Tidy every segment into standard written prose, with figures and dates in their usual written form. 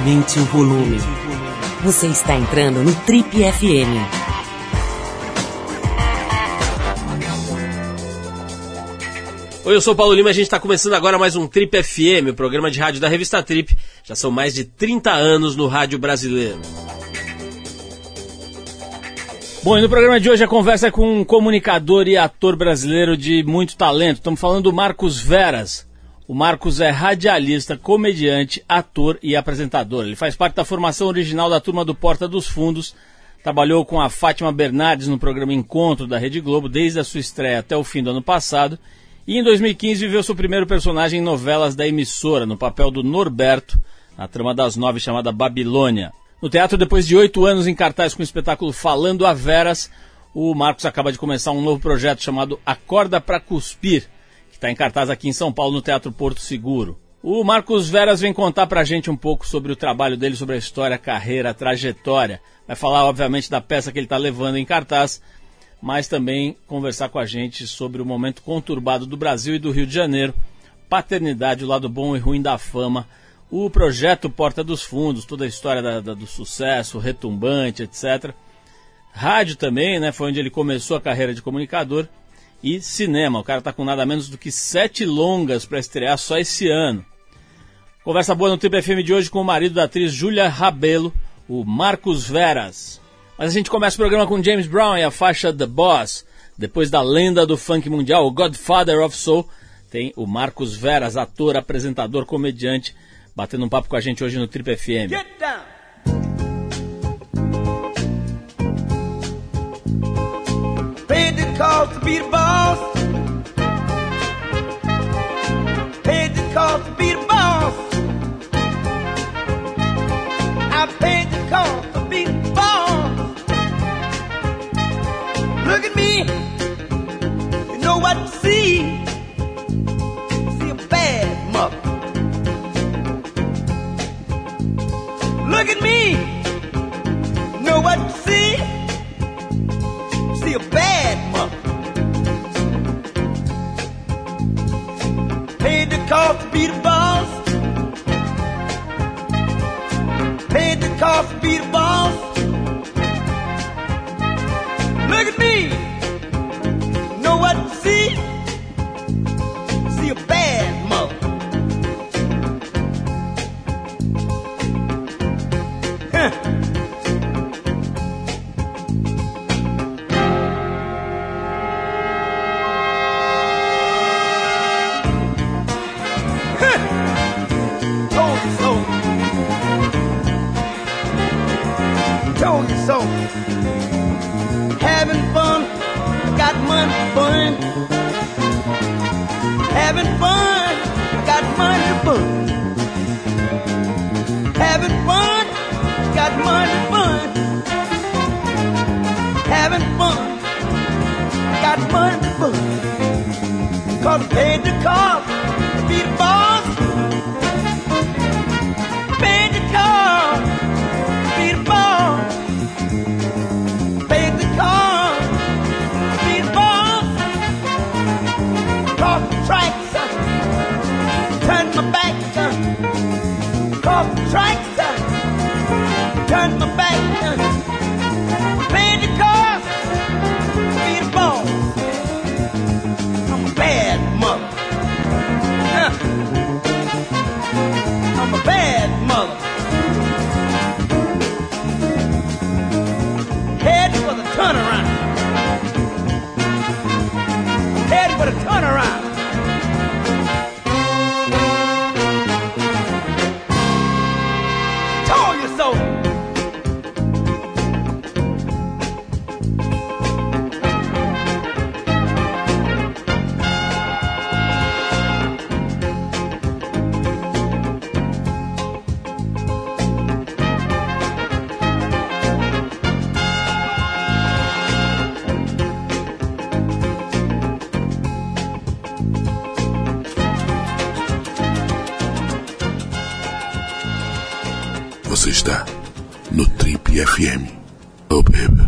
Aumente o volume. Você está entrando no Trip FM. Oi, eu sou o Paulo Lima, a gente está começando agora mais um Trip FM, o programa de rádio da revista Trip. Já são mais de 30 anos no rádio brasileiro. Bom, e no programa de hoje a conversa é com um comunicador e ator brasileiro de muito talento. Estamos falando do Marcos Veras. O Marcos é radialista, comediante, ator e apresentador. Ele faz parte da formação original da turma do Porta dos Fundos. Trabalhou com a Fátima Bernardes no programa Encontro da Rede Globo desde a sua estreia até o fim do ano passado. E em 2015 viveu seu primeiro personagem em novelas da emissora, no papel do Norberto, na trama das 9 chamada Babilônia. No teatro, depois de 8 anos em cartaz com o espetáculo Falando a Veras, o Marcos acaba de começar um novo projeto chamado Acorda pra Cuspir, que está em cartaz aqui em São Paulo, no Teatro Porto Seguro. O Marcos Veras vem contar pra gente um pouco sobre o trabalho dele, sobre a história, a carreira, a trajetória. Vai falar, obviamente, da peça que ele está levando em cartaz, mas também conversar com a gente sobre o momento conturbado do Brasil e do Rio de Janeiro, paternidade, o lado bom e ruim da fama, o projeto Porta dos Fundos, toda a história do sucesso, retumbante, etc. Rádio também, né? Foi onde ele começou a carreira de comunicador. E cinema, o cara tá com nada menos do que 7 longas para estrear só esse ano. Conversa boa no Trip FM de hoje com o marido da atriz Júlia Rabelo, o Marcos Veras. Mas a gente começa o programa com James Brown e a faixa The Boss. Depois da lenda do funk mundial, o Godfather of Soul, tem o Marcos Veras, ator, apresentador, comediante, batendo um papo com a gente hoje no Trip FM. Get down. Paid the cost to be the boss. Paid the cost to be the boss. I paid the cost to be the boss. Look at me. You know what to see. See a bad mother. Look at me, know what to see? See a bad mother. Paid the cost to be the boss. Paid the cost to be the boss. Look at me, know what to see? See a bad mother. Told you so. Having fun, got money to burn. Having fun, got money to burn. Having fun, got money to burn. Having fun, got money to burn. 'Cause I paid the cost to be the boss. Paid the cost to be the boss. Paid the cost to be the boss. Cross the tracks, turn my back, cross the tracks, turn my back. Paid the cost to be the boss. I'm a bad mother. I'm a bad mother. Headed for the turnaround. Headed for the turnaround. Told you so. Você está no Trip FM. Oh, baby.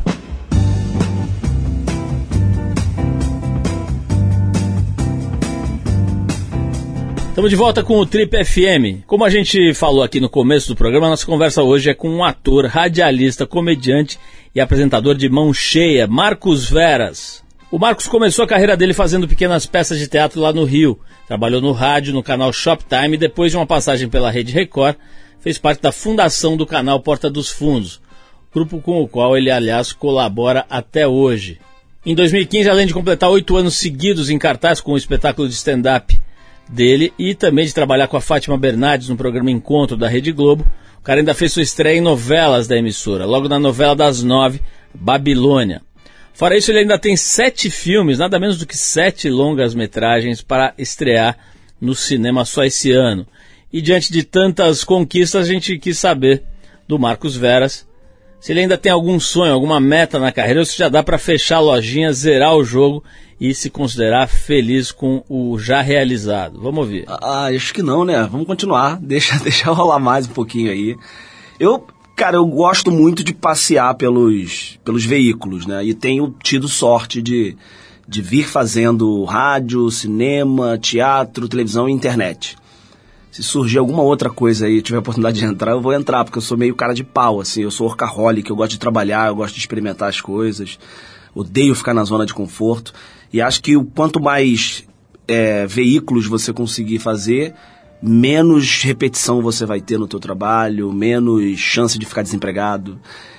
Estamos de volta com o Trip FM. Como a gente falou aqui no começo do programa, a nossa conversa hoje é com um ator, radialista, comediante e apresentador de mão cheia, Marcos Veras. O Marcos começou a carreira dele fazendo pequenas peças de teatro lá no Rio. Trabalhou no rádio, no canal Shoptime e depois de uma passagem pela Rede Record, fez parte da fundação do canal Porta dos Fundos, grupo com o qual ele, aliás, colabora até hoje. Em 2015, além de completar 8 anos seguidos em cartaz com o espetáculo de stand-up dele e também de trabalhar com a Fátima Bernardes no programa Encontro da Rede Globo, o cara ainda fez sua estreia em novelas da emissora, logo na novela das 9, Babilônia. Fora isso, ele ainda tem 7 filmes, nada menos do que 7 longas-metragens para estrear no cinema só esse ano. E diante de tantas conquistas, a gente quis saber do Marcos Veras se ele ainda tem algum sonho, alguma meta na carreira, ou se já dá para fechar a lojinha, zerar o jogo e se considerar feliz com o já realizado. Vamos ouvir. Acho que não, né? Vamos continuar, deixa rolar mais um pouquinho aí. Eu gosto muito de passear pelos veículos, né? E tenho tido sorte de vir fazendo rádio, cinema, teatro, televisão e internet. Se surgir alguma outra coisa aí, tiver a oportunidade de entrar, eu vou entrar, porque eu sou meio cara de pau, assim, eu sou workaholic, eu gosto de trabalhar, eu gosto de experimentar as coisas, odeio ficar na zona de conforto, e acho que quanto mais veículos você conseguir fazer, menos repetição você vai ter no teu trabalho, menos chance de ficar desempregado,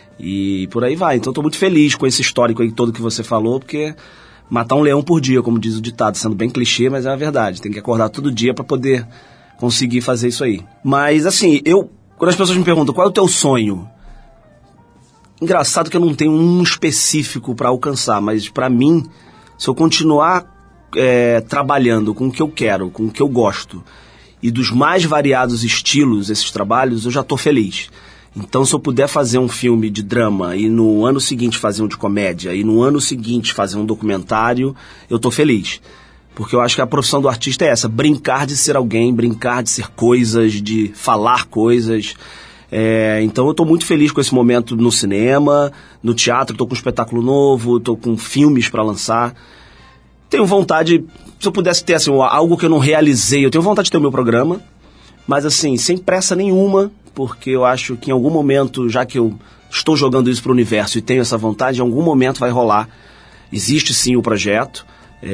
e por aí vai. Então eu tô muito feliz com esse histórico aí todo que você falou, porque matar um leão por dia, como diz o ditado, sendo bem clichê, mas é a verdade, tem que acordar todo dia para poder conseguir fazer isso aí. Mas assim, quando as pessoas me perguntam qual é o teu sonho, engraçado que eu não tenho um específico para alcançar, mas para mim, se eu continuar trabalhando com o que eu quero, com o que eu gosto, e dos mais variados estilos, esses trabalhos, eu já tô feliz. Então, se eu puder fazer um filme de drama e no ano seguinte fazer um de comédia e no ano seguinte fazer um documentário, eu tô feliz. Porque eu acho que a profissão do artista é essa, brincar de ser alguém, brincar de ser coisas, de falar coisas. Então eu estou muito feliz com esse momento no cinema, no teatro, estou com um espetáculo novo, estou com filmes para lançar. Tenho vontade, se eu pudesse ter assim, algo que eu não realizei, eu tenho vontade de ter o meu programa, mas assim, sem pressa nenhuma, porque eu acho que em algum momento, já que eu estou jogando isso para o universo e tenho essa vontade, em algum momento vai rolar. Existe sim o projeto.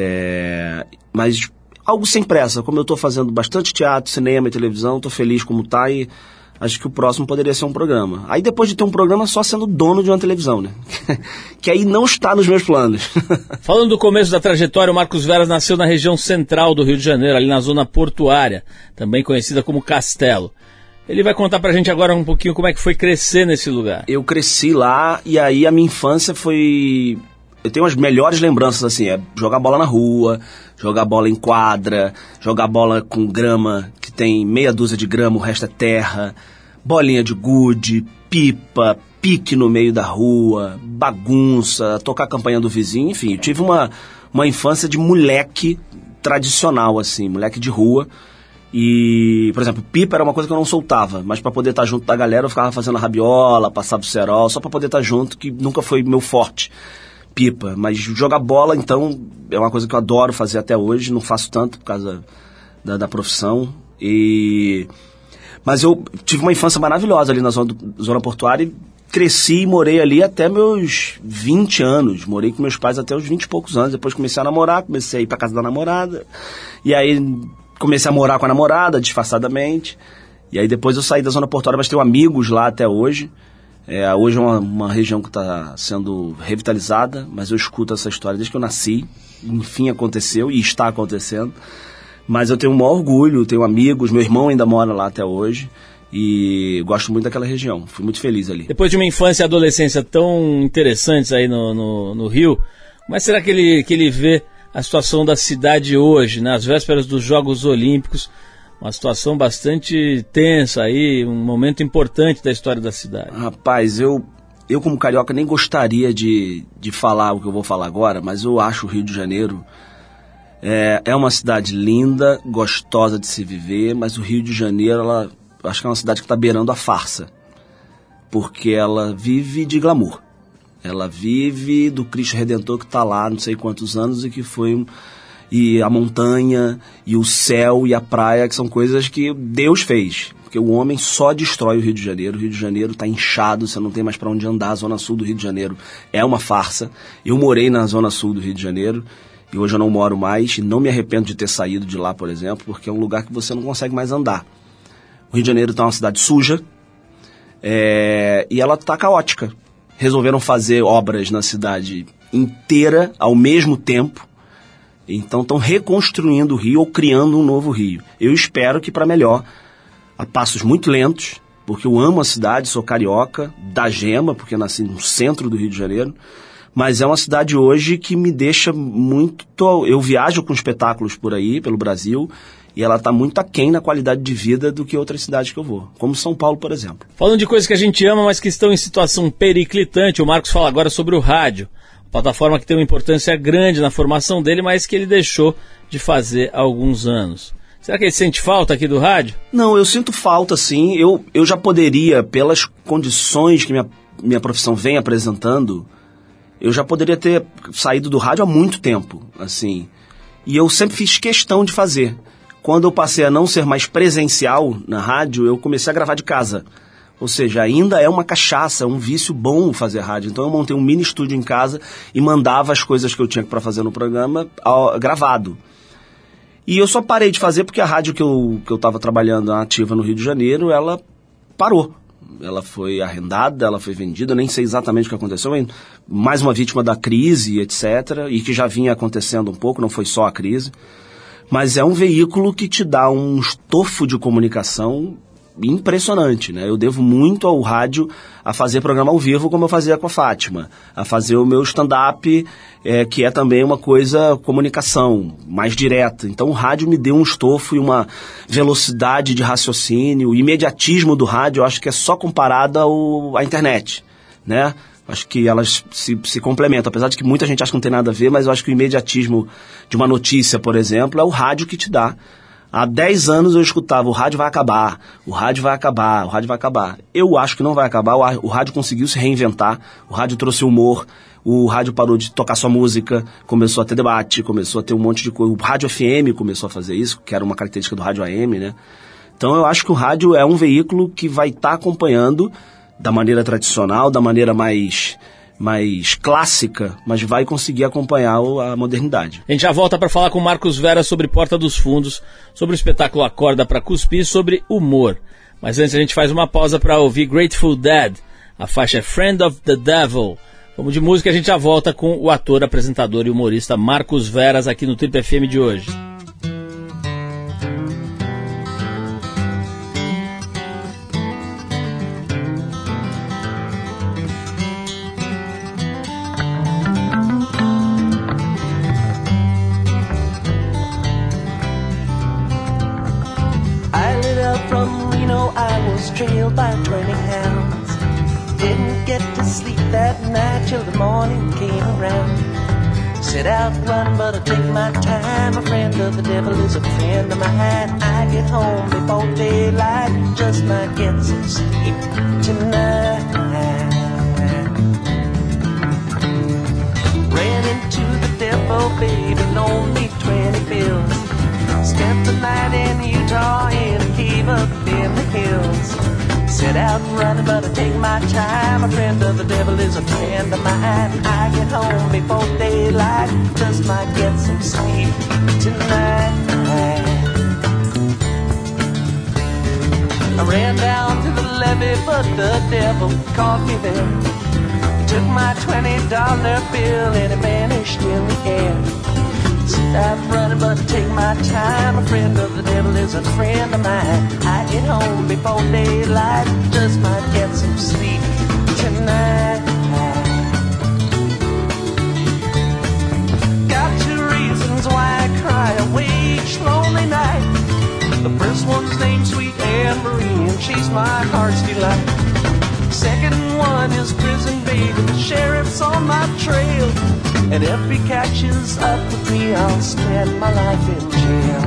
Mas algo sem pressa, como eu estou fazendo bastante teatro, cinema e televisão, estou feliz como está e acho que o próximo poderia ser um programa. Aí depois de ter um programa, só sendo dono de uma televisão, né? Que aí não está nos meus planos. Falando do começo da trajetória, o Marcos Veras nasceu na região central do Rio de Janeiro, ali na zona portuária, também conhecida como Castelo. Ele vai contar pra gente agora um pouquinho como é que foi crescer nesse lugar. Eu cresci lá e aí a minha infância foi... Eu tenho as melhores lembranças, assim, jogar bola na rua, jogar bola em quadra, jogar bola com grama, que tem meia dúzia de grama, o resto é terra, bolinha de gude, pipa, pique no meio da rua, bagunça, tocar a campanha do vizinho, enfim, eu tive uma infância de moleque tradicional, assim, moleque de rua. E, por exemplo, pipa era uma coisa que eu não soltava, mas para poder estar junto da galera eu ficava fazendo a rabiola, passava o cerol, só para poder estar junto, que nunca foi meu forte. Pipa, mas jogar bola, então, é uma coisa que eu adoro fazer até hoje, não faço tanto por causa da profissão, mas eu tive uma infância maravilhosa ali na zona portuária e cresci e morei ali até meus 20 anos, morei com meus pais até os 20 e poucos anos, depois comecei a namorar, comecei a ir pra casa da namorada, e aí comecei a morar com a namorada, disfarçadamente, e aí depois eu saí da zona portuária, mas tenho amigos lá até hoje. Hoje é uma região que está sendo revitalizada, mas eu escuto essa história desde que eu nasci, enfim aconteceu e está acontecendo, mas eu tenho um maior orgulho, tenho amigos, meu irmão ainda mora lá até hoje e gosto muito daquela região, fui muito feliz ali. Depois de uma infância e adolescência tão interessantes aí no Rio, como será que ele vê a situação da cidade hoje, nas vésperas dos Jogos Olímpicos? Uma situação bastante tensa aí, um momento importante da história da cidade. Rapaz, eu como carioca nem gostaria de falar o que eu vou falar agora, mas eu acho o Rio de Janeiro é uma cidade linda, gostosa de se viver, mas o Rio de Janeiro, acho que é uma cidade que está beirando a farsa, porque ela vive de glamour. Ela vive do Cristo Redentor que está lá não sei quantos anos e que foi e a montanha, e o céu, e a praia, que são coisas que Deus fez. Porque o homem só destrói o Rio de Janeiro. O Rio de Janeiro está inchado, você não tem mais para onde andar. A Zona Sul do Rio de Janeiro é uma farsa. Eu morei na Zona Sul do Rio de Janeiro e hoje eu não moro mais e não me arrependo de ter saído de lá, por exemplo, porque é um lugar que você não consegue mais andar. O Rio de Janeiro está uma cidade suja e ela está caótica. Resolveram fazer obras na cidade inteira ao mesmo tempo. Então estão reconstruindo o Rio ou criando um novo Rio. Eu espero que para melhor, a passos muito lentos, porque eu amo a cidade, sou carioca, da Gema, porque nasci no centro do Rio de Janeiro, mas é uma cidade hoje que me deixa muito... Eu viajo com espetáculos por aí, pelo Brasil, e ela está muito aquém na qualidade de vida do que outras cidades que eu vou, como São Paulo, por exemplo. Falando de coisas que a gente ama, mas que estão em situação periclitante, o Marcos fala agora sobre o rádio, plataforma que tem uma importância grande na formação dele, mas que ele deixou de fazer há alguns anos. Será que ele sente falta aqui do rádio? Não, eu sinto falta, sim. Eu já poderia, pelas condições que minha profissão vem apresentando, eu já poderia ter saído do rádio há muito tempo, assim. E eu sempre fiz questão de fazer. Quando eu passei a não ser mais presencial na rádio, eu comecei a gravar de casa. Ou seja, ainda é uma cachaça, um vício bom fazer rádio. Então eu montei um mini estúdio em casa e mandava as coisas que eu tinha para fazer no programa gravado. E eu só parei de fazer porque a rádio que eu estava trabalhando ativa no Rio de Janeiro, ela parou. Ela foi arrendada, ela foi vendida, eu nem sei exatamente o que aconteceu. Mais uma vítima da crise, etc. E que já vinha acontecendo um pouco, não foi só a crise. Mas é um veículo que te dá um estofo de comunicação impressionante, né? Eu devo muito ao rádio a fazer programa ao vivo, como eu fazia com a Fátima, a fazer o meu stand-up, que é também uma coisa, comunicação, mais direta. Então o rádio me deu um estofo e uma velocidade de raciocínio, o imediatismo do rádio, eu acho que é só comparado à internet, né? Acho que elas se complementam, apesar de que muita gente acha que não tem nada a ver, mas eu acho que o imediatismo de uma notícia, por exemplo, é o rádio que te dá. Há 10 anos eu escutava, o rádio vai acabar, o rádio vai acabar, o rádio vai acabar. Eu acho que não vai acabar, o rádio conseguiu se reinventar, o rádio trouxe humor, o rádio parou de tocar sua música, começou a ter debate, começou a ter um monte de coisa. O rádio FM começou a fazer isso, que era uma característica do rádio AM, né? Então eu acho que o rádio é um veículo que vai estar acompanhando da maneira tradicional, da maneira mais clássica, mas vai conseguir acompanhar a modernidade. A gente já volta para falar com o Marcos Vera sobre Porta dos Fundos, sobre o espetáculo Acorda para Cuspir, sobre humor. Mas antes a gente faz uma pausa para ouvir Grateful Dead, a faixa é Friend of the Devil. Vamos de música, a gente já volta com o ator, apresentador e humorista Marcos Veras aqui no Trip FM de hoje. Trailed by 20 hounds. Didn't get to sleep that night till the morning came around. Set out running, but I take my time. A friend of the devil is a friend of mine. I get home before daylight, just might get some sleep tonight. Ran into the devil, baby, loaned me 20 bills. Spent the night in Utah in a cave up in the hills. Set out running, but I take my time. A friend of the devil is a friend of mine. I get home before daylight, just might get some sleep tonight. I ran down to the levee, but the devil caught me there. He took my $20 bill and it vanished in the air. I'm running, but I take my time. A friend of the devil is a friend of mine. I get home before daylight, just might get some sleep tonight. Got 2 reasons why I cry away each lonely night. The first one's named Sweet Anne Marie, and she's my heart's delight. Second one is prison baby, the sheriff's on my trail. And if he catches up with me, I'll spend my life in jail.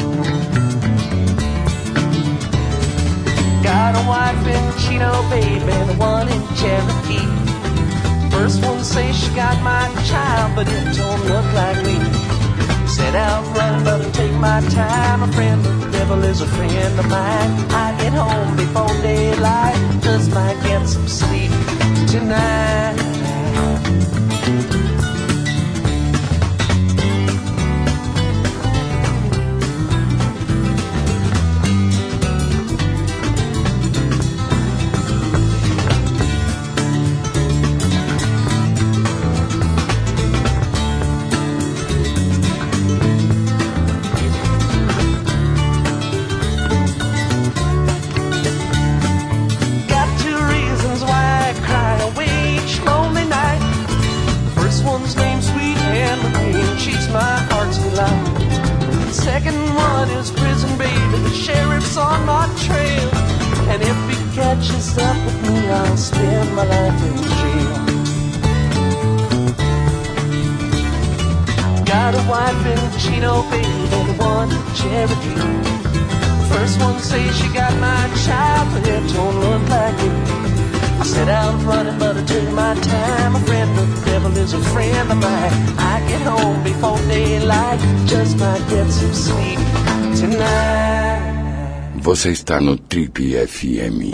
Got a wife in Chino, baby, and one in Cherokee. First one says she got my child, but it don't look like me. Set out running, but I take my time. A friend of the devil is a friend of mine. I get home before daylight, just might get some sleep tonight. Second one is prison baby, the sheriff's on my trail. And if he catches up with me, I'll spend my life in jail. Got a wife in Chino, baby, and one in Cherokee. First one says she got my child, but it don't look like it. I set out running, but I took my time. A friend of the devil is a friend of mine. I get home before daylight, just might get some sleep tonight. Você está no Trip FM.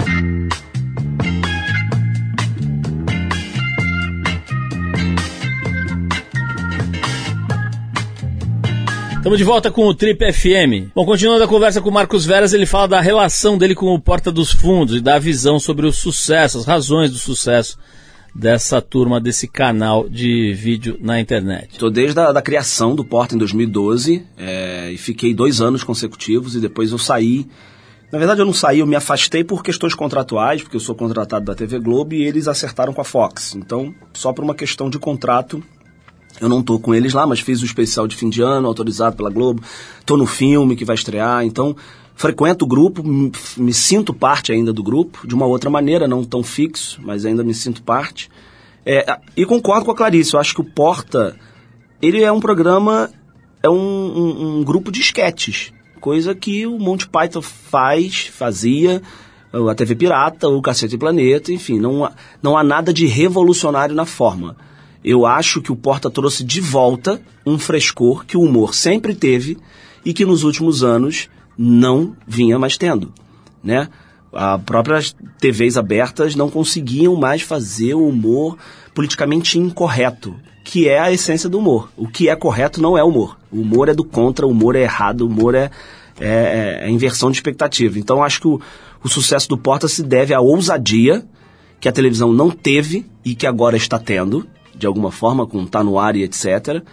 Estamos de volta com o Trip FM. Bom, continuando a conversa com o Marcos Veras, ele fala da relação dele com o Porta dos Fundos e da visão sobre o sucesso, as razões do sucesso dessa turma, desse canal de vídeo na internet. Estou desde a criação do Porta em 2012 e fiquei 2 anos consecutivos e depois eu saí. Na verdade eu não saí, eu me afastei por questões contratuais, porque eu sou contratado da TV Globo e eles acertaram com a Fox. Então, só por uma questão de contrato, eu não tô com eles lá, mas fiz o especial de fim de ano, autorizado pela Globo. Tô no filme que vai estrear, então frequento o grupo, me sinto parte ainda do grupo, de uma outra maneira, não tão fixo, mas ainda me sinto parte. E concordo com a Clarice, eu acho que o Porta, ele é um programa, é um grupo de esquetes, coisa que o Monty Python fazia, a TV Pirata, o Cacete e Planeta, enfim, não há nada de revolucionário na forma. Eu acho que o Porta trouxe de volta um frescor que o humor sempre teve e que nos últimos anos não vinha mais tendo, né? As próprias TVs abertas não conseguiam mais fazer o humor politicamente incorreto, que é a essência do humor. O que é correto não é humor. O humor é do contra, o humor é errado, o humor é inversão de expectativa. Então acho que o sucesso do Porta se deve à ousadia que a televisão não teve e que agora está tendo, de alguma forma, com Tá No Ar e etc.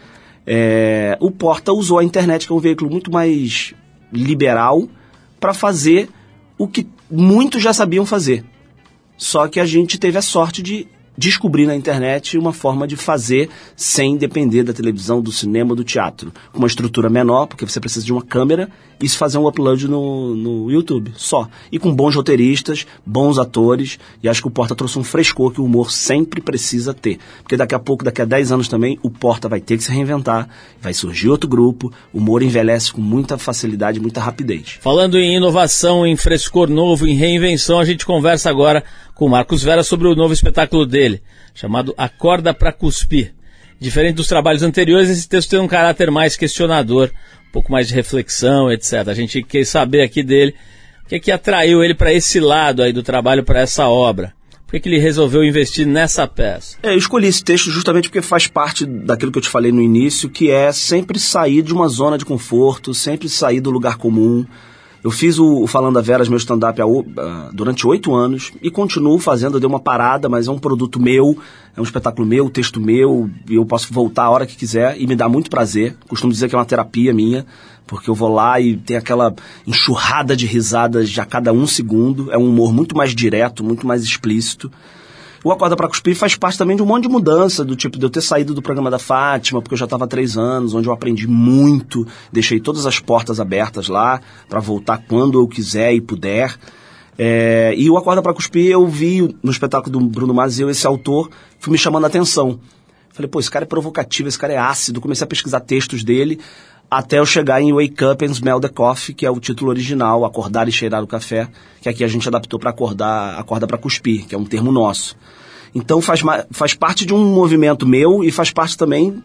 O Porta usou a internet, que é um veículo muito mais liberal, para fazer o que muitos já sabiam fazer. Só que a gente teve a sorte de descobrir na internet uma forma de fazer sem depender da televisão, do cinema, do teatro. Com uma estrutura menor, porque você precisa de uma câmera e se fazer um upload no YouTube, só. E com bons roteiristas, bons atores, e acho que o Porta trouxe um frescor que o humor sempre precisa ter. Porque daqui a pouco, daqui a 10 anos também, o Porta vai ter que se reinventar, vai surgir outro grupo, o humor envelhece com muita facilidade, muita rapidez. Falando em inovação, em frescor novo, em reinvenção, a gente conversa agora com o Marcos Veras sobre o novo espetáculo dele, chamado Acorda Pra Cuspir. Diferente dos trabalhos anteriores, esse texto tem um caráter mais questionador, um pouco mais de reflexão, etc. A gente quer saber aqui dele o que é que atraiu ele para esse lado aí do trabalho, para essa obra. Por que ele resolveu investir nessa peça? Eu escolhi esse texto justamente porque faz parte daquilo que eu te falei no início, que é sempre sair de uma zona de conforto, sempre sair do lugar comum. Eu fiz o Falando a Veras, meu stand-up, durante 8 anos e continuo fazendo. Eu dei uma parada, mas é um produto meu, é um espetáculo meu, texto meu, e eu posso voltar a hora que quiser e me dá muito prazer. Costumo dizer que é uma terapia minha, porque eu vou lá e tem aquela enxurrada de risadas a cada 1 segundo. É um humor muito mais direto, muito mais explícito. O Acorda Pra Cuspir faz parte também de um monte de mudança, do tipo de eu ter saído do programa da Fátima, porque eu já estava há 3 anos, onde eu aprendi muito, deixei todas as portas abertas lá, para voltar quando eu quiser e puder. E o Acorda Pra Cuspir eu vi no espetáculo do Bruno Mazzeo, esse autor, foi me chamando a atenção. Falei, esse cara é provocativo, esse cara é ácido, comecei a pesquisar textos dele, até eu chegar em Wake Up and Smell the Coffee, que é o título original, Acordar e Cheirar o Café, que aqui a gente adaptou para Acorda Pra Cuspir, que é um termo nosso. Então faz parte de um movimento meu e faz parte também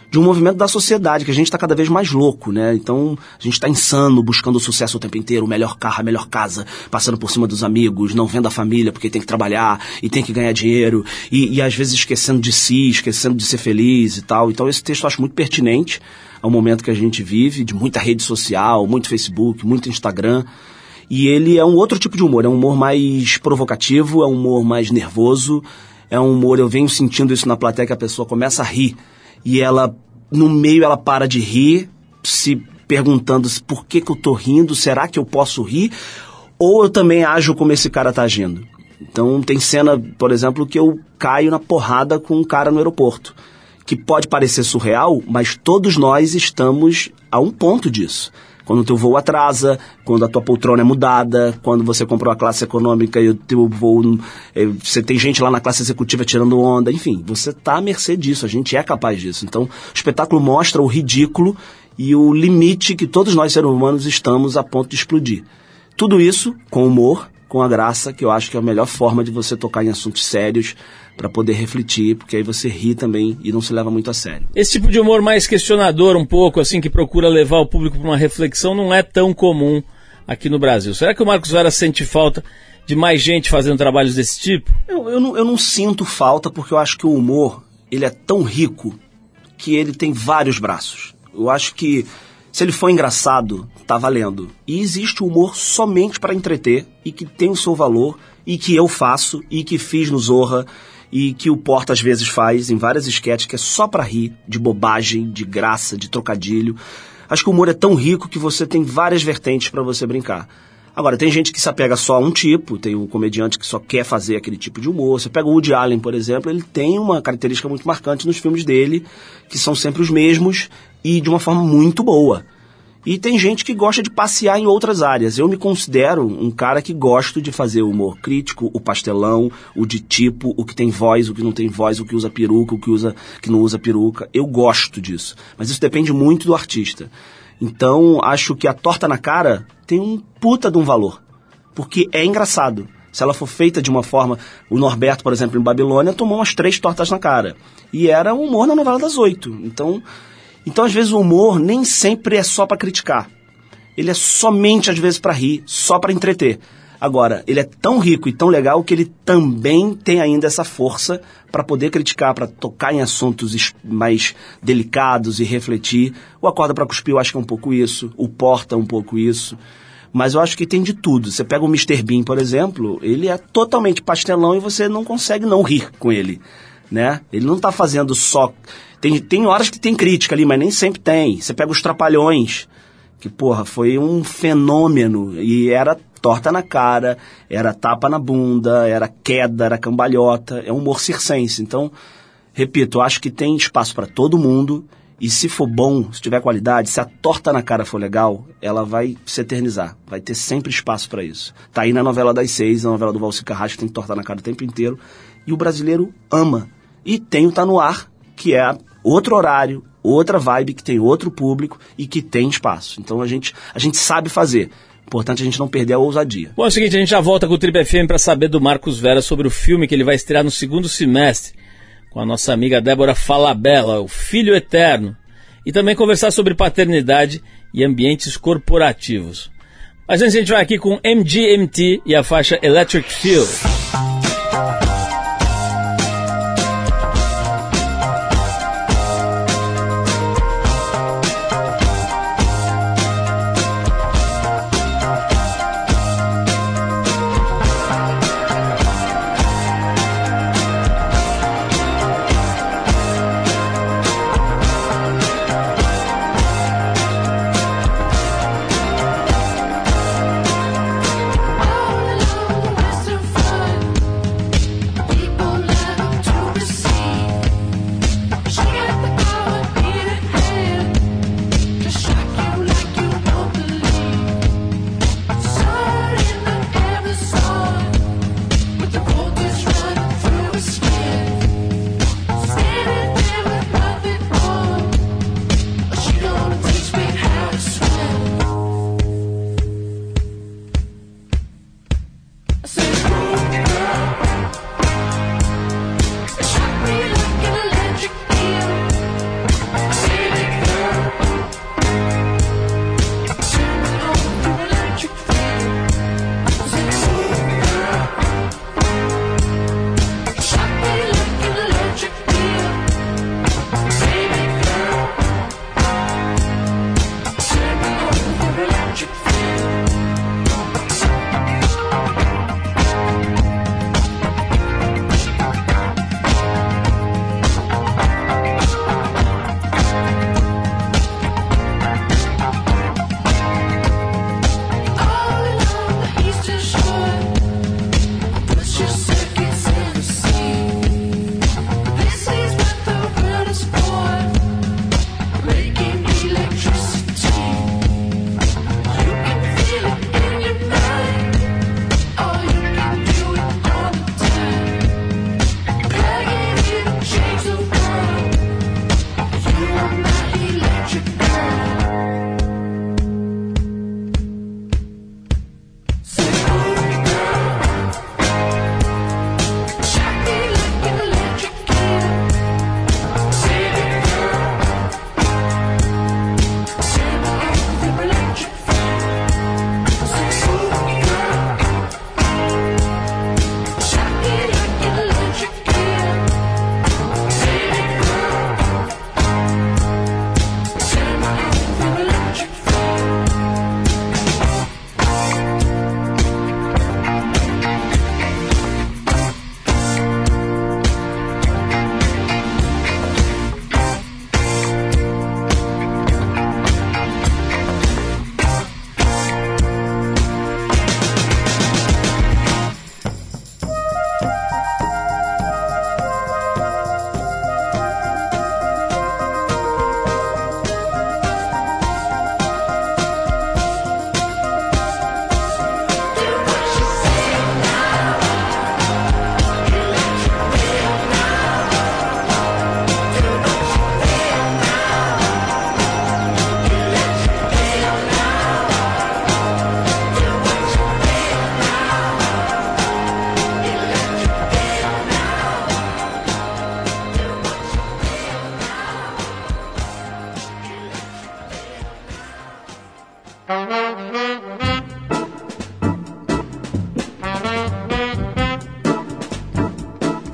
de um movimento da sociedade, que a gente está cada vez mais louco, né? Então, a gente está insano, buscando o sucesso o tempo inteiro, o melhor carro, a melhor casa, passando por cima dos amigos, não vendo a família porque tem que trabalhar e tem que ganhar dinheiro, e às vezes esquecendo de si, esquecendo de ser feliz e tal. Então, esse texto eu acho muito pertinente ao momento que a gente vive, de muita rede social, muito Facebook, muito Instagram. E ele é um outro tipo de humor, é um humor mais provocativo, é um humor mais nervoso, é um humor, eu venho sentindo isso na plateia, que a pessoa começa a rir, e ela, no meio, ela para de rir, se perguntando por que eu tô rindo, será que eu posso rir? Ou eu também ajo como esse cara tá agindo? Então tem cena, por exemplo, que eu caio na porrada com um cara no aeroporto, que pode parecer surreal, mas todos nós estamos a um ponto disso. Quando o teu voo atrasa, quando a tua poltrona é mudada, quando você comprou a classe econômica e o teu voo... Você tem gente lá na classe executiva tirando onda, enfim, você está à mercê disso, a gente é capaz disso. Então, o espetáculo mostra o ridículo e o limite que todos nós, seres humanos, estamos a ponto de explodir. Tudo isso com humor, com a graça, que eu acho que é a melhor forma de você tocar em assuntos sérios, para poder refletir, porque aí você ri também e não se leva muito a sério. Esse tipo de humor mais questionador um pouco, assim, que procura levar o público para uma reflexão, não é tão comum aqui no Brasil. Será que o Marcos Veras sente falta de mais gente fazendo trabalhos desse tipo? Eu não sinto falta, porque eu acho que o humor, ele é tão rico que ele tem vários braços. Eu acho que se ele for engraçado, tá valendo. E existe o humor somente para entreter e que tem o seu valor e que eu faço e que fiz no Zorra e que o Porta às vezes faz em várias esquetes, que é só pra rir, de bobagem, de graça, de trocadilho. Acho que o humor é tão rico que você tem várias vertentes pra você brincar. Agora, tem gente que se apega só a um tipo, tem um comediante que só quer fazer aquele tipo de humor. Você pega o Woody Allen, por exemplo, ele tem uma característica muito marcante nos filmes dele, que são sempre os mesmos e de uma forma muito boa. E tem gente que gosta de passear em outras áreas. Eu me considero um cara que gosto de fazer o humor crítico, o pastelão, o de tipo, o que tem voz, o que não tem voz, o que usa peruca, o que não usa peruca. Eu gosto disso. Mas isso depende muito do artista. Então, acho que a torta na cara tem um puta de um valor. Porque é engraçado. Se ela for feita de uma forma... O Norberto, por exemplo, em Babilônia, tomou umas 3 tortas na cara. E era um humor na novela das 8. Então, às vezes, o humor nem sempre é só para criticar. Ele é somente, às vezes, para rir, só para entreter. Agora, ele é tão rico e tão legal que ele também tem ainda essa força para poder criticar, para tocar em assuntos mais delicados e refletir. O Acorda para Cuspir, eu acho que é um pouco isso. O Porta é um pouco isso. Mas eu acho que tem de tudo. Você pega o Mr. Bean, por exemplo, ele é totalmente pastelão e você não consegue não rir com ele, né? Ele não está fazendo só... Tem horas que tem crítica ali, mas nem sempre tem. Você pega os Trapalhões, que, porra, foi um fenômeno. E era torta na cara, era tapa na bunda, era queda, era cambalhota. É um humor circense. Então, repito, eu acho que tem espaço para todo mundo. E se for bom, se tiver qualidade, se a torta na cara for legal, ela vai se eternizar. Vai ter sempre espaço para isso. Tá aí na novela das 6, na novela do Valci Carrasco, tem torta na cara o tempo inteiro. E o brasileiro ama. E tem o Tá No Ar, que é outro horário, outra vibe, que tem outro público e que tem espaço. Então a gente sabe fazer. Importante a gente não perder a ousadia. Bom, é o seguinte, a gente já volta com o Trip FM para saber do Marcos Veras sobre o filme que ele vai estrear no segundo semestre, com a nossa amiga Débora Falabella, O Filho Eterno, e também conversar sobre paternidade e ambientes corporativos. Mas antes a gente vai aqui com MGMT e a faixa Electric Feel.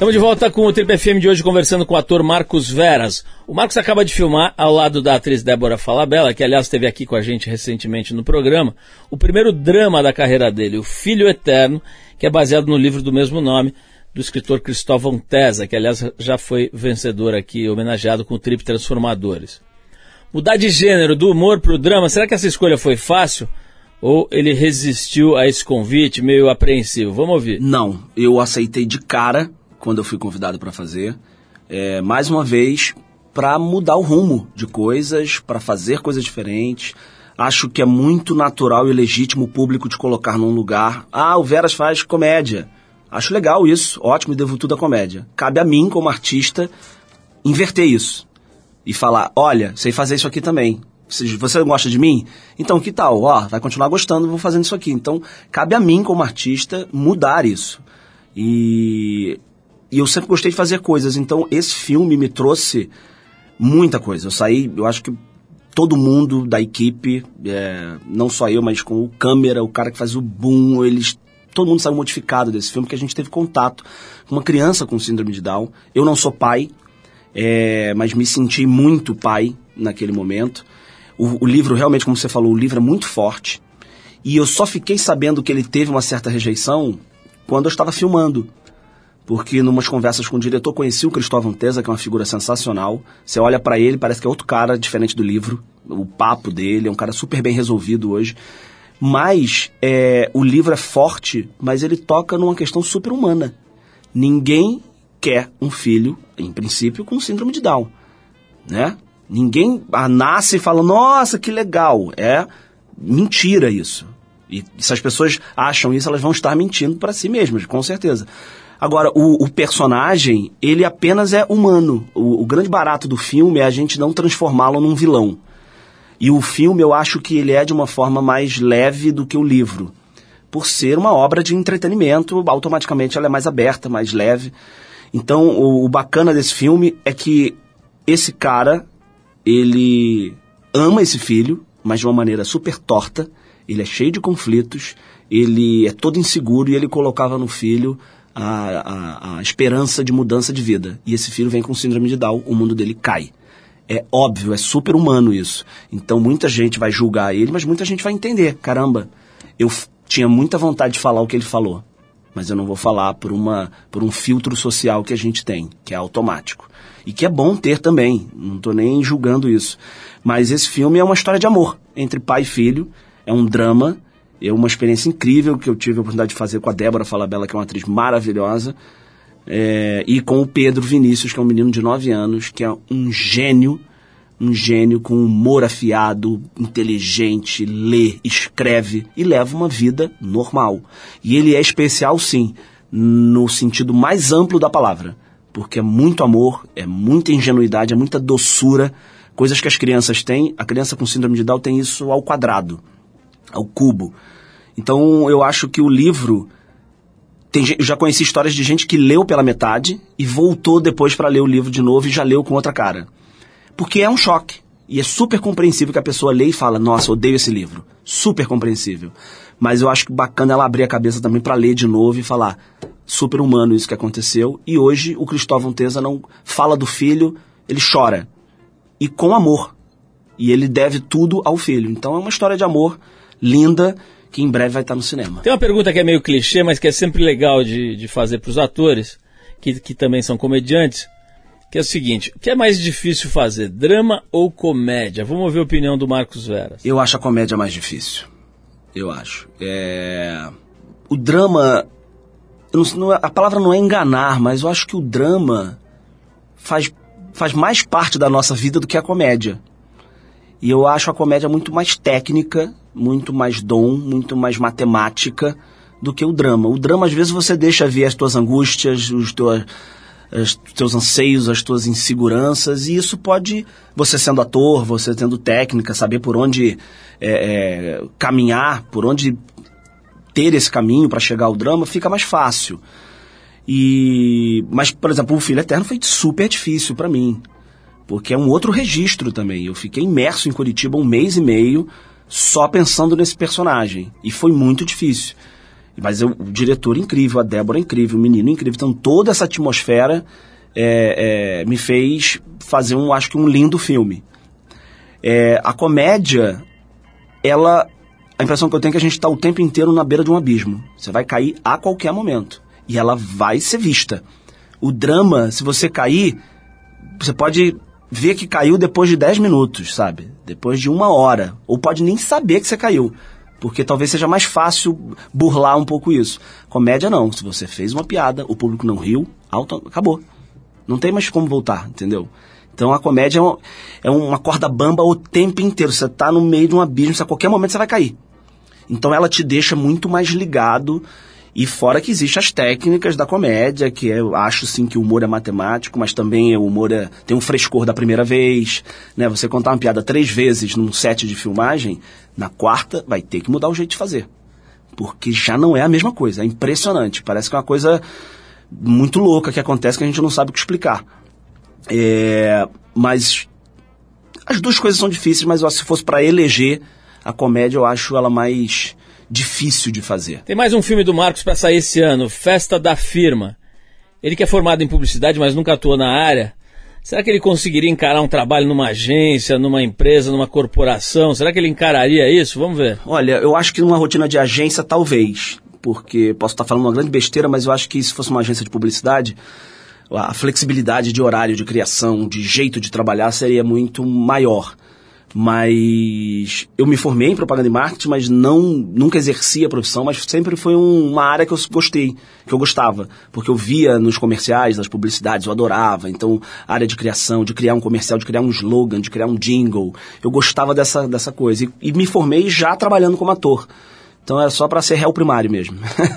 Estamos de volta com o Trip FM de hoje, conversando com o ator Marcos Veras. O Marcos acaba de filmar, ao lado da atriz Débora Falabella, que aliás esteve aqui com a gente recentemente no programa, o primeiro drama da carreira dele, O Filho Eterno, que é baseado no livro do mesmo nome, do escritor Cristóvão Tesa, que aliás já foi vencedor aqui, homenageado com o Trip Transformadores. Mudar de gênero, do humor para o drama, será que essa escolha foi fácil? Ou ele resistiu a esse convite, meio apreensivo? Vamos ouvir. Não, eu aceitei de cara quando eu fui convidado para fazer. Mais uma vez, para mudar o rumo de coisas, para fazer coisas diferentes. Acho que é muito natural e legítimo o público te colocar num lugar. O Veras faz comédia. Acho legal isso, ótimo, e devo tudo à comédia. Cabe a mim, como artista, inverter isso. E falar, olha, sei fazer isso aqui também. Você gosta de mim? Então, que tal? Vai continuar gostando, vou fazendo isso aqui. Então, cabe a mim, como artista, mudar isso. E eu sempre gostei de fazer coisas. Então, esse filme me trouxe muita coisa. Eu saí, eu acho que todo mundo da equipe, não só eu, mas com o câmera, o cara que faz o boom, todo mundo saiu modificado desse filme, porque a gente teve contato com uma criança com síndrome de Down. Eu não sou pai, mas me senti muito pai naquele momento. O livro, realmente, como você falou, o livro é muito forte. E eu só fiquei sabendo que ele teve uma certa rejeição quando eu estava filmando. Porque, numas conversas com o diretor, conheci o Cristóvão Tesa, que é uma figura sensacional. Você olha pra ele, parece que é outro cara, diferente do livro. O papo dele, é um cara super bem resolvido hoje. Mas o livro é forte, mas ele toca numa questão super humana. Ninguém quer um filho, em princípio, com síndrome de Down, né? Ninguém nasce e fala, nossa, que legal. É mentira isso. E se as pessoas acham isso, elas vão estar mentindo para si mesmas, com certeza. Agora, o personagem, ele apenas é humano. O grande barato do filme é a gente não transformá-lo num vilão. E o filme, eu acho que ele é de uma forma mais leve do que o livro. Por ser uma obra de entretenimento, automaticamente ela é mais aberta, mais leve. Então, o bacana desse filme é que esse cara, ele ama esse filho, mas de uma maneira super torta. Ele é cheio de conflitos, ele é todo inseguro e ele colocava no filho a esperança de mudança de vida. E esse filho vem com síndrome de Down, o mundo dele cai. É óbvio, é super humano isso. Então muita gente vai julgar ele, mas muita gente vai entender. Caramba, eu tinha muita vontade de falar o que ele falou, mas eu não vou falar por um filtro social que a gente tem, que é automático. E que é bom ter também, não estou nem julgando isso. Mas esse filme é uma história de amor entre pai e filho, é um drama, é uma experiência incrível que eu tive a oportunidade de fazer com a Débora Falabella, que é uma atriz maravilhosa, e com o Pedro Vinícius, que é um menino de 9 anos, que é um gênio com humor afiado, inteligente, lê, escreve e leva uma vida normal. E ele é especial, sim, no sentido mais amplo da palavra, porque é muito amor, é muita ingenuidade, é muita doçura, coisas que as crianças têm. A criança com síndrome de Down tem isso ao quadrado, ao cubo. Então eu acho que o livro... eu já conheci histórias de gente que leu pela metade e voltou depois para ler o livro de novo e já leu com outra cara. Porque é um choque. E é super compreensível que a pessoa lê e fala, nossa, odeio esse livro. Super compreensível. Mas eu acho que bacana ela abrir a cabeça também para ler de novo e falar, super humano isso que aconteceu. E hoje o Cristóvão Tesa não fala do filho, ele chora. E com amor. E ele deve tudo ao filho. Então é uma história de amor linda, que em breve vai estar no cinema. Tem uma pergunta que é meio clichê, mas que é sempre legal de fazer para os atores, que também são comediantes, que é o seguinte, o que é mais difícil fazer, drama ou comédia? Vamos ouvir a opinião do Marcos Veras. Eu acho a comédia mais difícil. Eu acho. O drama, a palavra não é enganar, mas eu acho que o drama faz mais parte da nossa vida do que a comédia. E eu acho a comédia muito mais técnica, muito mais dom, muito mais matemática do que o drama. O drama, às vezes, você deixa ver as tuas angústias, os teus anseios, as tuas inseguranças, e isso pode, você sendo ator, você tendo técnica, saber por onde caminhar, por onde ter esse caminho para chegar ao drama, fica mais fácil. Mas, por exemplo, O Filho Eterno foi super difícil para mim, porque é um outro registro também. Eu fiquei imerso em Curitiba 1 mês e meio só pensando nesse personagem, e foi muito difícil. Mas o diretor incrível, a Débora incrível, o menino incrível. Então toda essa atmosfera me fez fazer acho que um lindo filme. A comédia, a impressão que eu tenho é que a gente está o tempo inteiro na beira de um abismo. Você vai cair a qualquer momento. E ela vai ser vista. O drama, se você cair, você pode ver que caiu depois de 10 minutos, sabe? Depois de 1 hora. Ou pode nem saber que você caiu. Porque talvez seja mais fácil burlar um pouco isso. Comédia não. Se você fez uma piada, o público não riu, acabou. Não tem mais como voltar, entendeu? Então a comédia é uma corda bamba o tempo inteiro. Você tá no meio de um abismo, a qualquer momento você vai cair. Então ela te deixa muito mais ligado. E fora que existem as técnicas da comédia, que eu acho sim que o humor é matemático, mas também o humor tem um frescor da primeira vez, né? Você contar uma piada 3 vezes num set de filmagem, na 4ª vai ter que mudar o jeito de fazer. Porque já não é a mesma coisa, é impressionante, parece que é uma coisa muito louca que acontece que a gente não sabe o que explicar. Mas as duas coisas são difíceis, mas se fosse para eleger a comédia, eu acho ela mais difícil de fazer. Tem mais um filme do Marcos para sair esse ano, Festa da Firma. Ele que é formado em publicidade, mas nunca atuou na área. Será que ele conseguiria encarar um trabalho numa agência, numa empresa, numa corporação? Será que ele encararia isso? Vamos ver. Olha, eu acho que numa rotina de agência, talvez. Porque posso estar falando uma grande besteira, mas eu acho que se fosse uma agência de publicidade, a flexibilidade de horário, de criação, de jeito de trabalhar seria muito maior. Mas eu me formei em propaganda e marketing, mas nunca exerci a profissão, mas sempre foi uma área que eu gostava, porque eu via nos comerciais, nas publicidades, eu adorava. Então, a área de criação, de criar um comercial, de criar um slogan, de criar um jingle, eu gostava dessa coisa. E me formei já trabalhando como ator. Então era só para ser réu primário mesmo.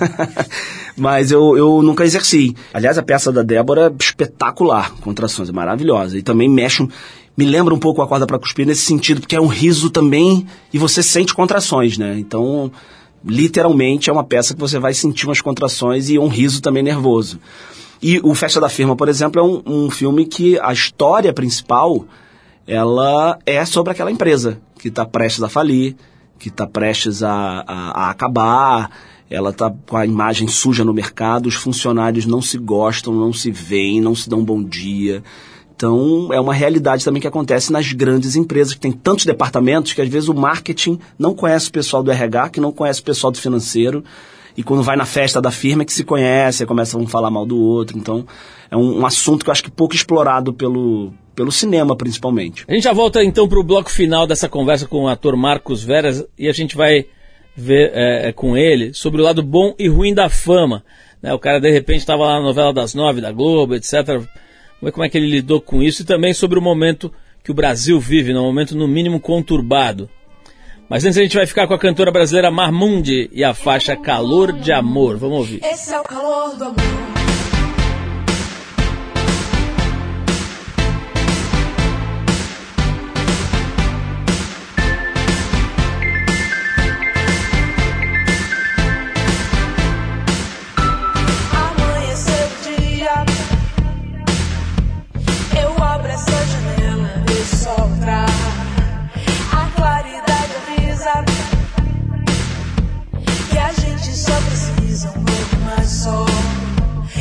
Mas eu nunca exerci. Aliás, a peça da Débora é espetacular, Contrações, é maravilhosa. E também me lembra um pouco A Corda para Cuspir nesse sentido, porque é um riso também e você sente contrações, né? Então, literalmente é uma peça que você vai sentir umas contrações e um riso também nervoso. E o Festa da Firma, por exemplo, é um filme que a história principal, ela é sobre aquela empresa que está prestes a falir, que está prestes a acabar, ela está com a imagem suja no mercado, os funcionários não se gostam, não se veem, não se dão um bom dia. Então, é uma realidade também que acontece nas grandes empresas, que tem tantos departamentos que às vezes o marketing não conhece o pessoal do RH, que não conhece o pessoal do financeiro, e quando vai na festa da firma é que se conhece, começa a um falar mal do outro. Então, é um assunto que eu acho que pouco explorado pelo cinema, principalmente. A gente já volta então para o bloco final dessa conversa com o ator Marcos Veras, e a gente vai ver com ele sobre o lado bom e ruim da fama. Né? O cara, de repente, estava lá na novela das 9 da Globo, etc., vamos ver como é que ele lidou com isso e também sobre o momento que o Brasil vive, um momento no mínimo conturbado. Mas antes a gente vai ficar com a cantora brasileira Marmundi e a faixa Calor de Amor. Vamos ouvir. Esse é o calor do amor. Que a gente só precisa um pouco mais só.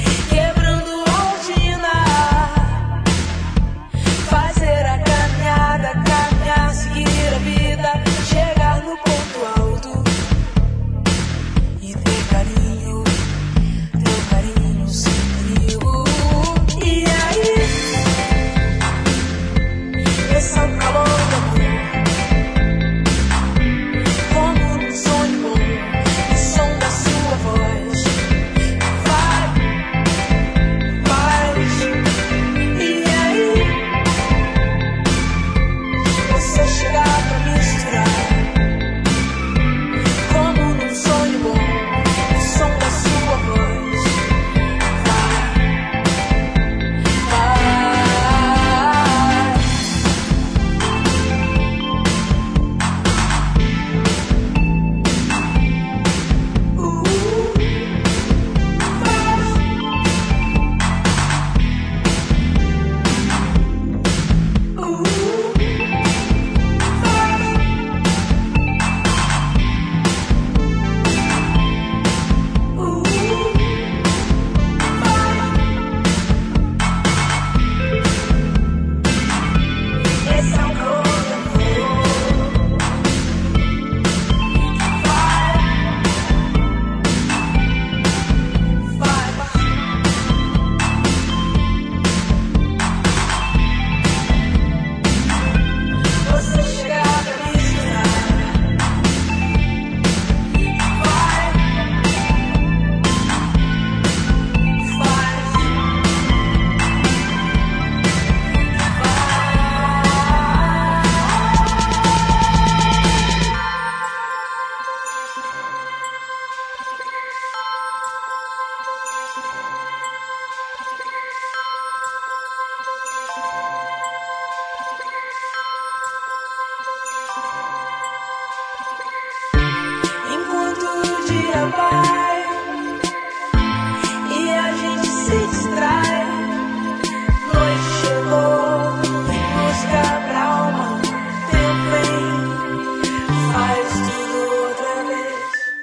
vai e a gente se distrai. Noite chegou, nos quebra a alma. Tempo vem, faz tudo outra vez.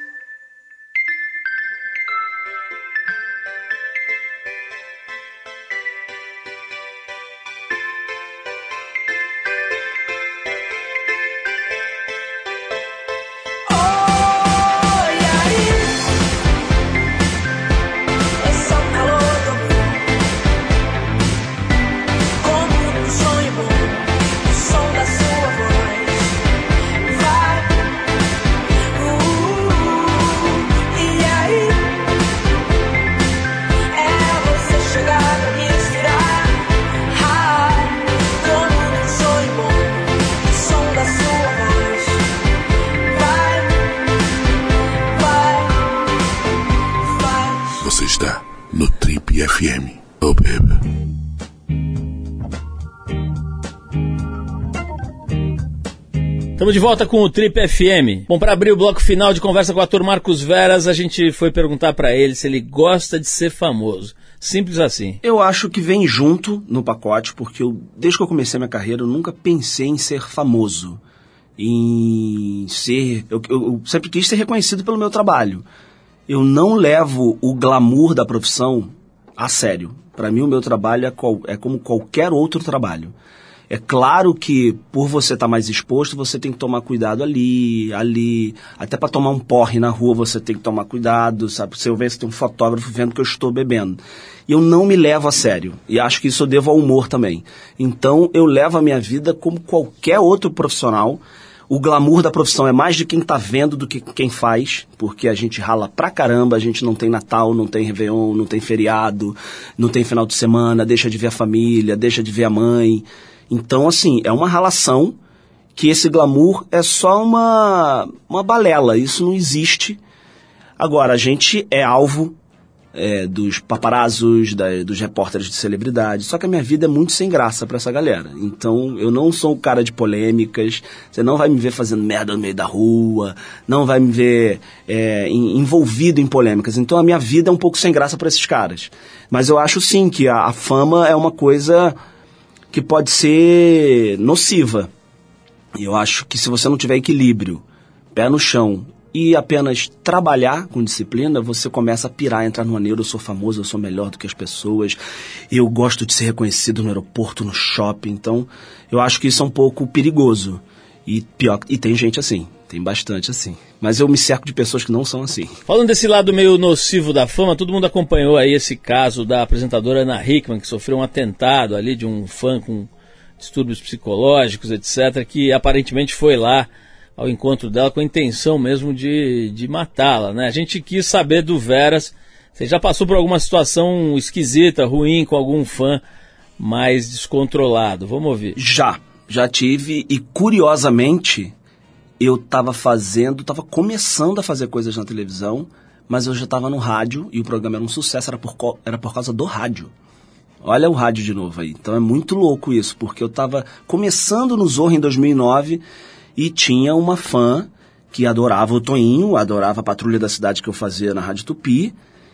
Você está no Trip FM. Oh, baby. Estamos de volta com o Trip FM. Bom, para abrir o bloco final de conversa com o ator Marcos Veras, a gente foi perguntar para ele se ele gosta de ser famoso. Simples assim. Eu acho que vem junto no pacote, porque desde que eu comecei minha carreira, eu nunca pensei em ser famoso. Em ser... Eu sempre quis ser reconhecido pelo meu trabalho. Eu não levo o glamour da profissão a sério. Para mim, o meu trabalho é como qualquer outro trabalho. É claro que, por você estar mais exposto, você tem que tomar cuidado ali. Até para tomar um porre na rua, você tem que tomar cuidado, sabe? Se eu ver, se tem um fotógrafo vendo que eu estou bebendo. E eu não me levo a sério. E acho que isso eu devo ao humor também. Então, eu levo a minha vida como qualquer outro profissional. O glamour da profissão é mais de quem tá vendo do que quem faz, porque a gente rala pra caramba, a gente não tem Natal, não tem Réveillon, não tem feriado, não tem final de semana, deixa de ver a família, deixa de ver a mãe. Então, assim, é uma ralação que esse glamour é só uma balela, isso não existe. Agora, a gente é alvo dos paparazzos, dos repórteres de celebridade, só que a minha vida é muito sem graça pra essa galera. Então, eu não sou um cara de polêmicas, você não vai me ver fazendo merda no meio da rua, não vai me ver envolvido em polêmicas. Então, a minha vida é um pouco sem graça pra esses caras. Mas eu acho, sim, que a fama é uma coisa que pode ser nociva. Eu acho que se você não tiver equilíbrio, pé no chão, e apenas trabalhar com disciplina, você começa a pirar, entrar numa neura, eu sou famoso, eu sou melhor do que as pessoas, eu gosto de ser reconhecido no aeroporto, no shopping, então eu acho que isso é um pouco perigoso. E pior, e tem gente assim, tem bastante assim. Mas eu me cerco de pessoas que não são assim. Falando desse lado meio nocivo da fama, todo mundo acompanhou aí esse caso da apresentadora Ana Hickman, que sofreu um atentado ali de um fã com distúrbios psicológicos, etc., que aparentemente foi lá ao encontro dela com a intenção mesmo de matá-la, né? A gente quis saber do Veras, você já passou por alguma situação esquisita, ruim, com algum fã mais descontrolado? Vamos ouvir. Já tive, e curiosamente, eu estava começando a fazer coisas na televisão, mas eu já estava no rádio, e o programa era um sucesso, era por causa do rádio. Olha o rádio de novo aí. Então é muito louco isso, porque eu estava começando no Zorro em 2009, e tinha uma fã que adorava o Toinho, adorava a Patrulha da Cidade que eu fazia na Rádio Tupi,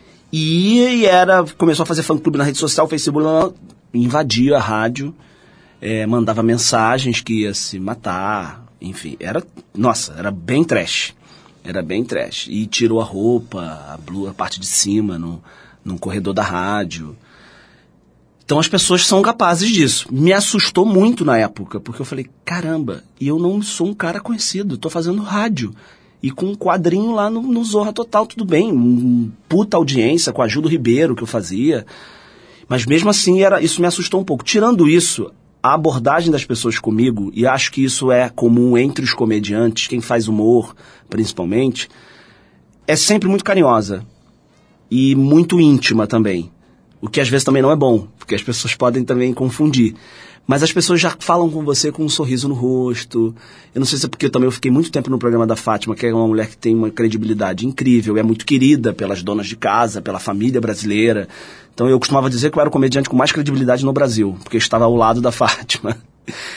e começou a fazer fã-clube na rede social, Facebook, invadia a rádio, mandava mensagens que ia se matar, enfim, era bem trash. Era bem trash. E tirou a roupa, a parte de cima, no corredor da rádio. Então as pessoas são capazes disso. Me assustou muito na época, porque eu falei, caramba, e eu não sou um cara conhecido, tô fazendo rádio. E com um quadrinho lá no Zorra Total, tudo bem, puta audiência, com a Gildo Ribeiro que eu fazia. Mas mesmo assim, isso me assustou um pouco. Tirando isso, a abordagem das pessoas comigo, e acho que isso é comum entre os comediantes, quem faz humor, principalmente, é sempre muito carinhosa. E muito íntima também. O que às vezes também não é bom, porque as pessoas podem também confundir. Mas as pessoas já falam com você com um sorriso no rosto. Eu não sei se é porque eu fiquei muito tempo no programa da Fátima, que é uma mulher que tem uma credibilidade incrível, é muito querida pelas donas de casa, pela família brasileira. Então eu costumava dizer que eu era o comediante com mais credibilidade no Brasil, porque estava ao lado da Fátima.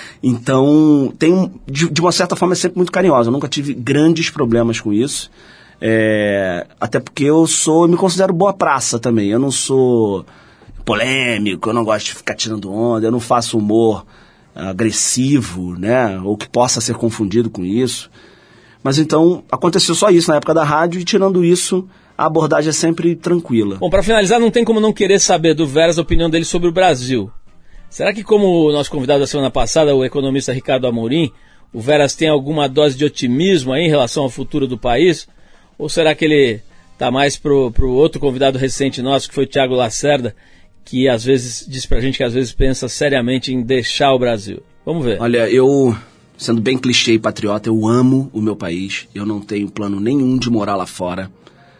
Então, de uma certa forma, é sempre muito carinhosa. Eu nunca tive grandes problemas com isso. Até porque eu me considero boa praça também. Eu não sou polêmico, eu não gosto de ficar tirando onda, eu não faço humor agressivo, né? Ou que possa ser confundido com isso. Mas então, aconteceu só isso na época da rádio, e tirando isso, a abordagem é sempre tranquila. Bom, para finalizar, não tem como não querer saber do Veras a opinião dele sobre o Brasil. Será que, como o nosso convidado da semana passada, o economista Ricardo Amorim, o Veras tem alguma dose de otimismo aí em relação ao futuro do país? Ou será que ele está mais pro outro convidado recente nosso, que foi o Thiago Lacerda, que às vezes diz pra gente que às vezes pensa seriamente em deixar o Brasil? Vamos ver. Olha, sendo bem clichê e patriota, eu amo o meu país. Eu não tenho plano nenhum de morar lá fora.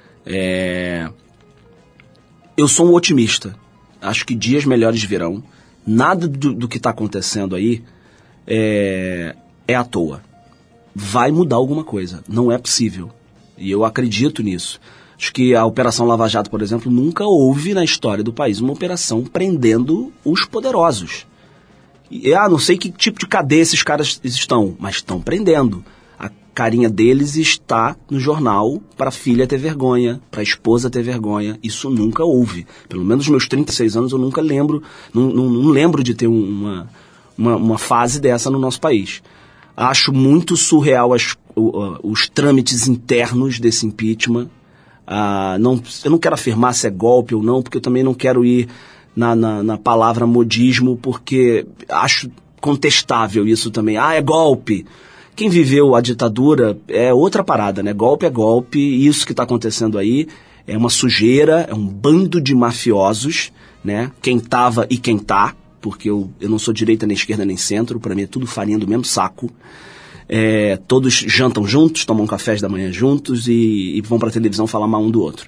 Eu sou um otimista. Acho que dias melhores virão. Nada do que está acontecendo aí é à toa. Vai mudar alguma coisa. Não é possível. E eu acredito nisso. Acho que a Operação Lava Jato, por exemplo, nunca houve na história do país uma operação prendendo os poderosos. Não sei que tipo de cadeia esses caras estão, mas estão prendendo. A carinha deles está no jornal para a filha ter vergonha, para a esposa ter vergonha. Isso nunca houve. Pelo menos nos meus 36 anos eu nunca lembro, não lembro de ter uma fase dessa no nosso país. Acho muito surreal os trâmites internos desse impeachment. Eu não quero afirmar se é golpe ou não, porque eu também não quero ir na palavra modismo, porque acho contestável isso também. É golpe. Quem viveu a ditadura é outra parada, né? Golpe é golpe, e isso que está acontecendo aí é uma sujeira, é um bando de mafiosos, né? Quem estava e quem tá, porque eu não sou direita, nem esquerda, nem centro, para mim é tudo farinha do mesmo saco. Todos jantam juntos, tomam cafés da manhã juntos e vão para a televisão falar mal um do outro.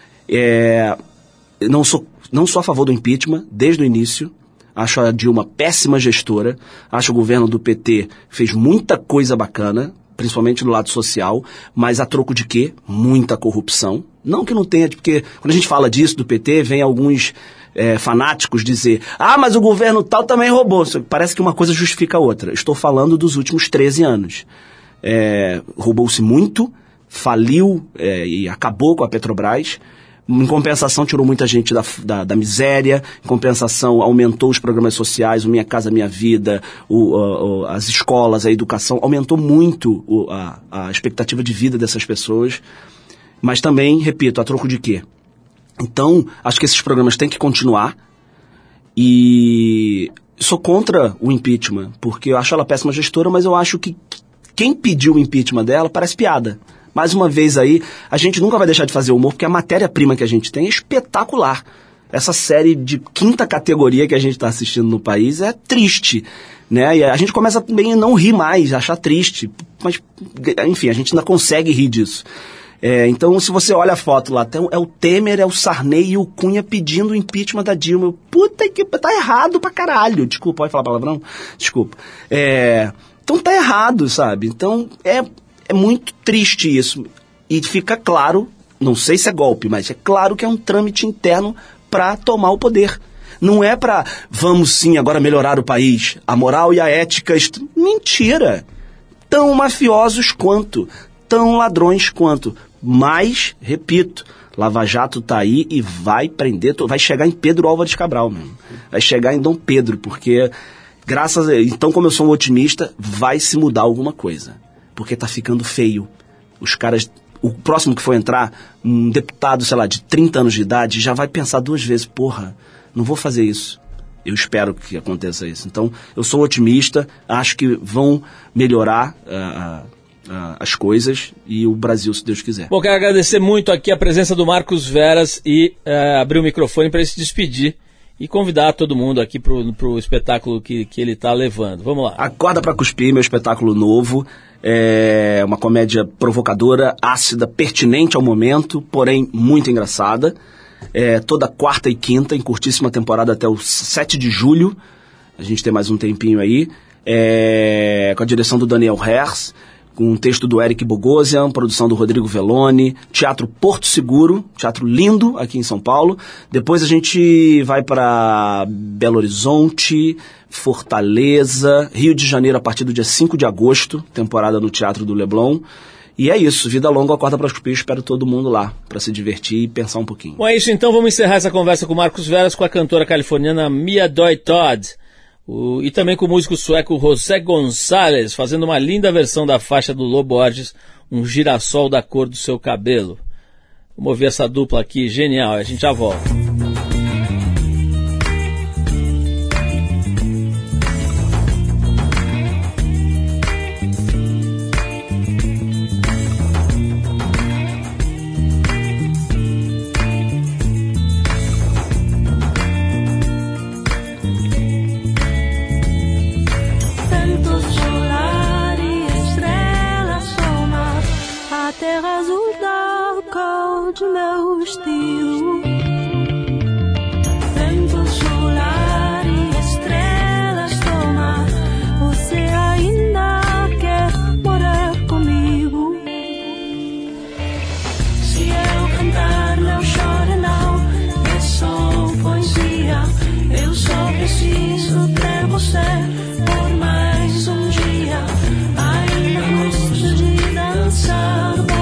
Não sou a favor do impeachment desde o início. Acho a Dilma péssima gestora. Acho o governo do PT fez muita coisa bacana, principalmente no lado social, mas a troco de quê? Muita corrupção. Não que não tenha, porque quando a gente fala disso do PT, vem alguns fanáticos dizer: mas o governo tal também roubou. Parece que uma coisa justifica a outra. Estou falando dos últimos 13 anos. Roubou-se muito, faliu e acabou com a Petrobras. Em compensação, tirou muita gente da miséria. Em compensação, aumentou os programas sociais, o Minha Casa Minha Vida, as escolas, a educação. Aumentou muito a expectativa de vida dessas pessoas. Mas também, repito, a troco de quê? Então, acho que esses programas têm que continuar. E sou contra o impeachment, porque eu acho ela péssima gestora, mas eu acho que quem pediu o impeachment dela parece piada. Mais uma vez aí, a gente nunca vai deixar de fazer humor, porque a matéria-prima que a gente tem é espetacular. Essa série de 5ª categoria que a gente está assistindo no país é triste, né? E a gente começa também a não rir mais, a achar triste. Mas, enfim, a gente ainda consegue rir disso. Então, se você olha a foto lá, é o Temer, é o Sarney e o Cunha pedindo o impeachment da Dilma. Puta que tá errado pra caralho. Desculpa, pode falar palavrão? Desculpa. Então tá errado, sabe? Então é muito triste isso. E fica claro, não sei se é golpe, mas é claro que é um trâmite interno para tomar o poder. Não é para, vamos sim agora melhorar o país. A moral e a ética... Mentira! Tão mafiosos quanto, tão ladrões quanto. Mas, repito, Lava Jato tá aí e vai prender... Vai chegar em Pedro Álvares Cabral, mesmo. Vai chegar em Dom Pedro, porque... Então, como eu sou um otimista, vai se mudar alguma coisa. Porque tá ficando feio. Os caras... O próximo que for entrar, um deputado, sei lá, de 30 anos de idade, já vai pensar 2 vezes, porra, não vou fazer isso. Eu espero que aconteça isso. Então, eu sou otimista, acho que vão melhorar as coisas e o Brasil, se Deus quiser. Bom, quero agradecer muito aqui a presença do Marcos Veras e abrir o microfone para ele se despedir e convidar todo mundo aqui pro espetáculo que ele está levando. Vamos lá. Acorda pra Cuspir, meu espetáculo novo. É uma comédia provocadora, ácida, pertinente ao momento, porém muito engraçada. Toda quarta e quinta, em curtíssima temporada até o 7 de julho. A gente tem mais um tempinho aí. Com a direção do Daniel Herz, com um texto do Eric Bogosian, produção do Rodrigo Veloni, Teatro Porto Seguro, teatro lindo aqui em São Paulo. Depois a gente vai para Belo Horizonte, Fortaleza, Rio de Janeiro a partir do dia 5 de agosto, temporada no Teatro do Leblon. E é isso, vida longa, acorda para cuspir, espero todo mundo lá para se divertir e pensar um pouquinho. Bom, é isso então, vamos encerrar essa conversa com o Marcos Veras, com a cantora californiana Mia Doi Todd, e também com o músico sueco José Gonçalves, fazendo uma linda versão da faixa do Lô Borges, Um Girassol da Cor do Seu Cabelo. Vamos ouvir essa dupla aqui, genial, a gente já volta. Terra azul da cor de meu vestido, vento solar e estrelas do mar. Você ainda quer morar comigo? Se eu cantar, não chore não, é só poesia. Eu só preciso ter você por mais um dia. Ainda gosto de dançar.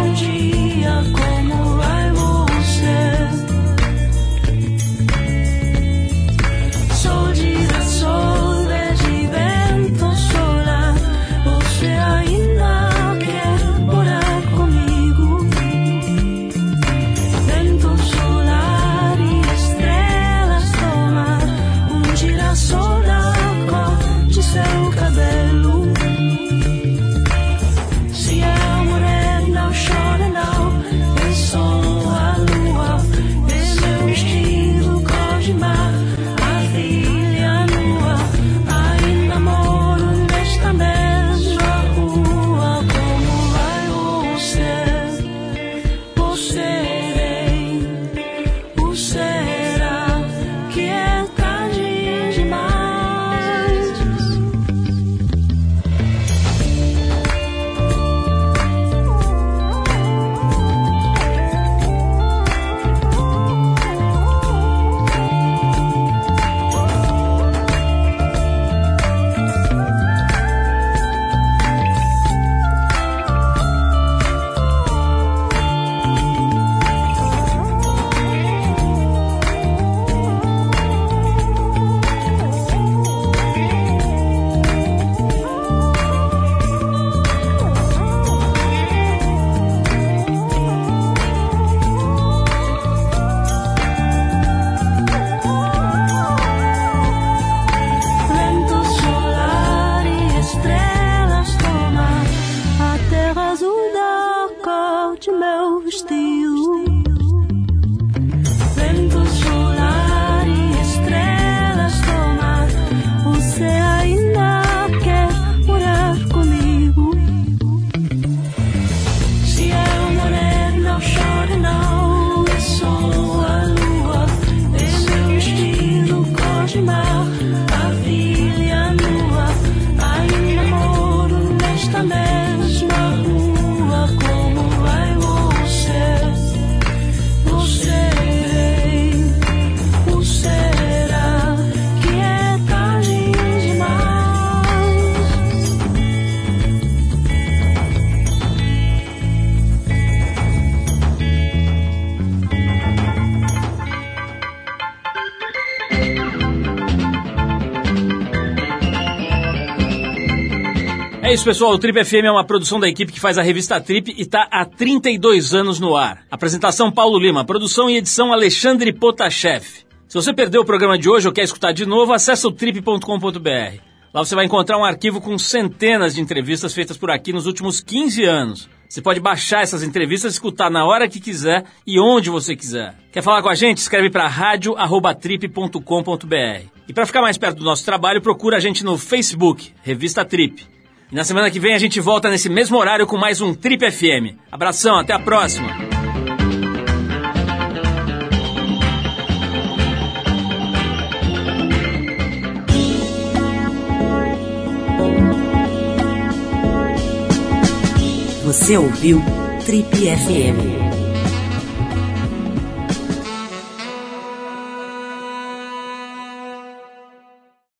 É isso, pessoal. O Trip FM é uma produção da equipe que faz a revista Trip e está há 32 anos no ar. Apresentação Paulo Lima, produção e edição Alexandre Potashev. Se você perdeu o programa de hoje ou quer escutar de novo, acessa o trip.com.br. Lá você vai encontrar um arquivo com centenas de entrevistas feitas por aqui nos últimos 15 anos. Você pode baixar essas entrevistas e escutar na hora que quiser e onde você quiser. Quer falar com a gente? Escreve para radio@trip.com.br. E para ficar mais perto do nosso trabalho, procura a gente no Facebook, Revista Trip. E na semana que vem a gente volta nesse mesmo horário com mais um Trip FM. Abração, até a próxima! Você ouviu Trip FM.